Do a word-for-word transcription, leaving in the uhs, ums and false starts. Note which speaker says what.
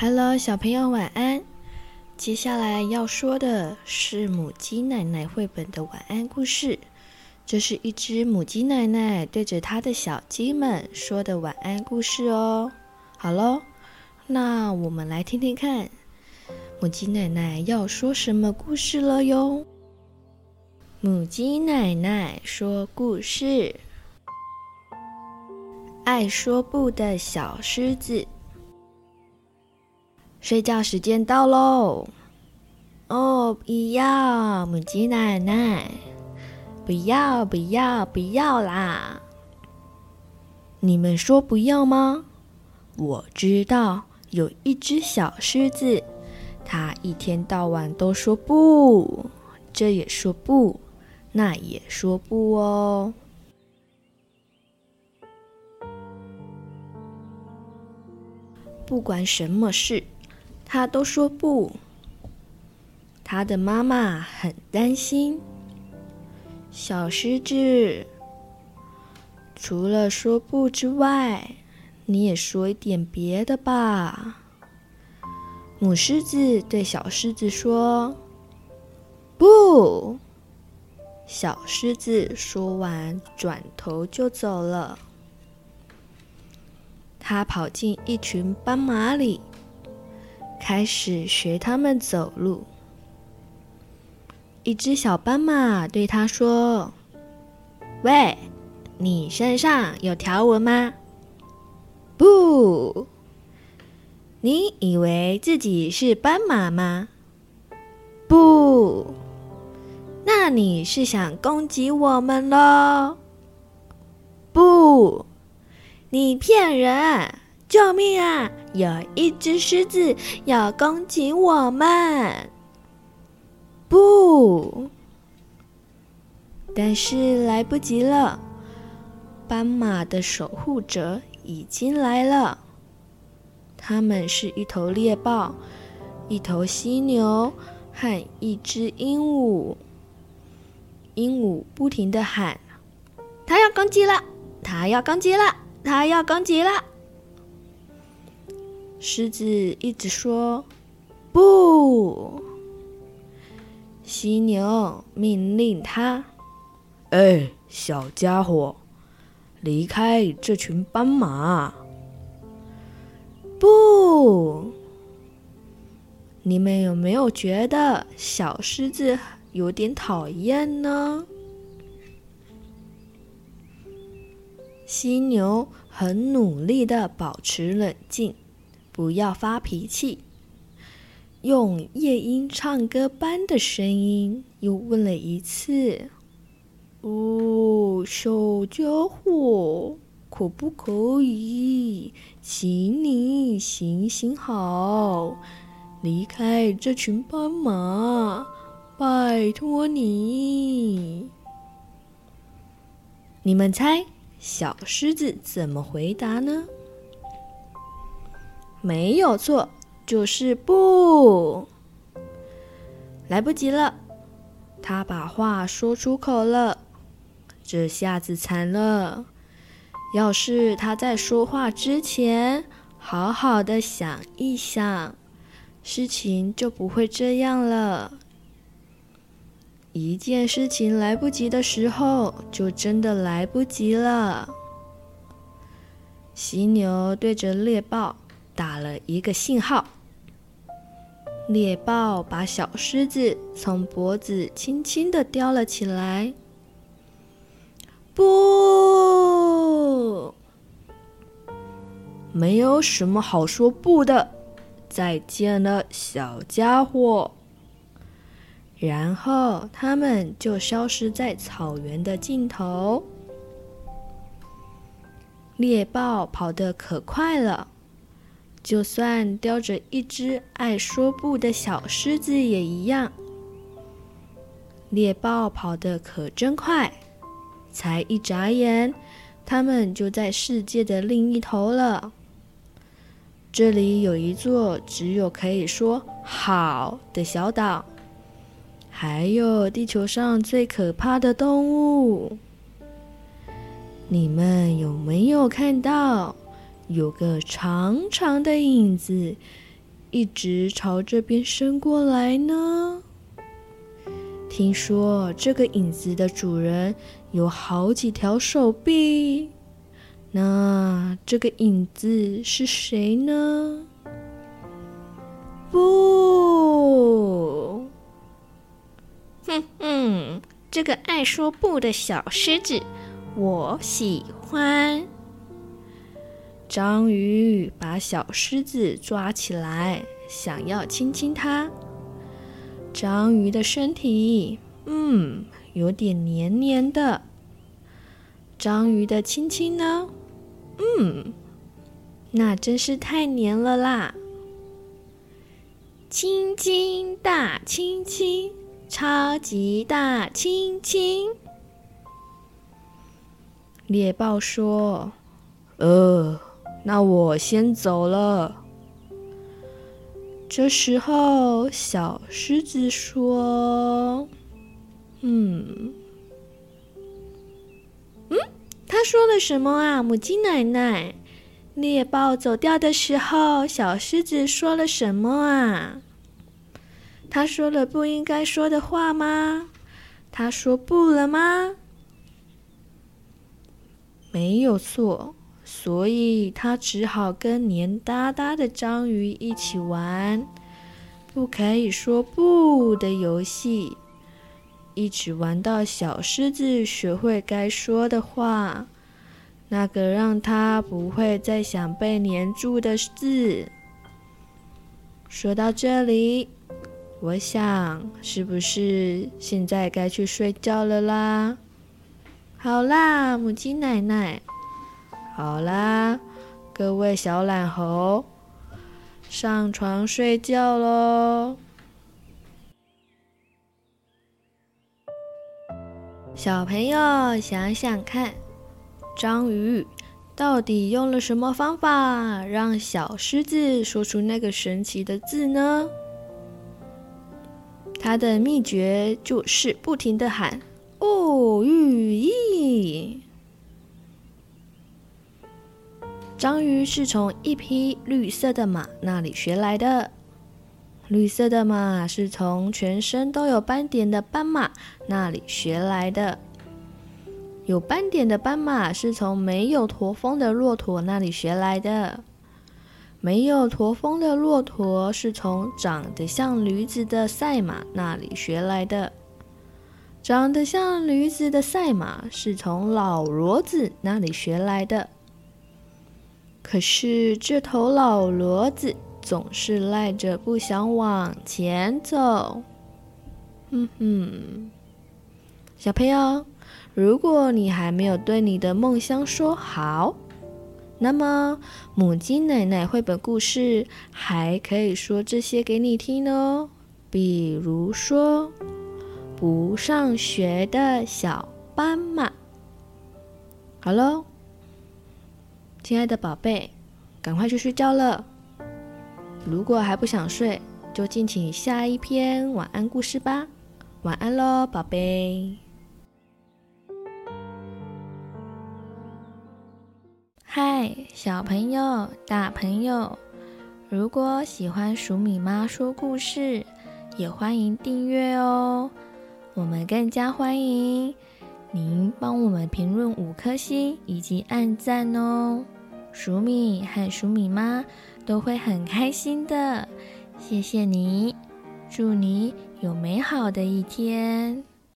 Speaker 1: Hello， 小朋友晚安。接下来要说的是母鸡奶奶绘本的晚安故事。这是一只母鸡奶奶对着她的小鸡们说的晚安故事哦。好咯，那我们来听听看，母鸡奶奶要说什么故事了哟。母鸡奶奶说故事。爱说不的小狮子。睡觉时间到喽！哦，不要，母鸡奶奶，不要，不要，不要啦！你们说不要吗？我知道有一只小狮子，它一天到晚都说不，这也说不，那也说不哦。不管什么事，他都说不。他的妈妈很担心。小狮子，除了说不之外，你也说一点别的吧。母狮子对小狮子说：不。小狮子说完，转头就走了。他跑进一群斑马里，开始学他们走路。一只小斑马对他说：喂，你身上有条纹吗？不。你以为自己是斑马吗？不。那你是想攻击我们咯？不。你骗人！救命啊！有一只狮子要攻击我们！不！但是来不及了，斑马的守护者已经来了。他们是一头猎豹、一头犀牛和一只鹦鹉。鹦鹉不停地喊：它要攻击了！它要攻击了！它要攻击了！狮子一直说不。犀牛命令他：哎，小家伙，离开这群斑马！不！你们有没有觉得小狮子有点讨厌呢？犀牛很努力地保持冷静，不要发脾气，用夜莺唱歌般的声音又问了一次：哦，小家伙，可不可以请你行行好，离开这群斑马，拜托你。你们猜小狮子怎么回答呢？没有错，就是不。来不及了，他把话说出口了，这下子惨了。要是他在说话之前好好的想一想，事情就不会这样了。一件事情来不及的时候，就真的来不及了。犀牛对着猎豹打了一个信号，猎豹把小狮子从脖子轻轻地叼了起来。不！没有什么好说不的，再见了，小家伙。然后他们就消失在草原的尽头。猎豹跑得可快了，就算叼着一只爱说不的小狮子也一样。猎豹跑得可真快，才一眨眼，他们就在世界的另一头了。这里有一座只有可以说好的小岛，还有地球上最可怕的动物。你们有没有看到有个长长的影子一直朝这边伸过来呢？听说这个影子的主人有好几条手臂，那这个影子是谁呢？不，哼哼，这个爱说不的小狮子，我喜欢。章鱼把小狮子抓起来，想要亲亲它。章鱼的身体，嗯，有点黏黏的。章鱼的亲亲呢？嗯，那真是太黏了啦！亲亲大亲亲，超级大亲亲。猎豹说：“呃，那我先走了。”这时候，小狮子说：“嗯，嗯，他说了什么啊，母鸡奶奶？猎豹走掉的时候，小狮子说了什么啊？他说了不应该说的话吗？他说不了吗？没有错。”所以他只好跟黏哒哒的章鱼一起玩不可以说不的游戏，一直玩到小狮子学会该说的话，那个让他不会再想被黏住的字。说到这里，我想是不是现在该去睡觉了啦？好啦，母鸡奶奶。好啦，各位小懒猴，上床睡觉咯。小朋友想想看，章鱼到底用了什么方法让小狮子说出那个神奇的字呢？它的秘诀就是不停地喊哦寓意。章鱼是从一匹绿色的马那里学来的，绿色的马是从全身都有斑点的斑马那里学来的，有斑点的斑马是从没有驼峰的骆驼那里学来的，没有驼峰的骆驼是从长得像驴子的赛马那里学来的，长得像驴子的赛马是从老骡子那里学来的。可是这头老骡子总是赖着不想往前走。哼哼，小朋友，如果你还没有对你的梦想说好，那么母鸡奶奶绘本故事还可以说这些给你听哦。比如说，不上学的小斑马。好咯，亲爱的宝贝，赶快去睡觉了。如果还不想睡，就敬请下一篇晚安故事吧。晚安咯，宝贝。嗨，小朋友、大朋友，如果喜欢黍米妈说故事，也欢迎订阅哦。我们更加欢迎您帮我们评论五颗星以及按赞哦。黍米和黍米妈都会很开心的，谢谢你，祝你有美好的一天。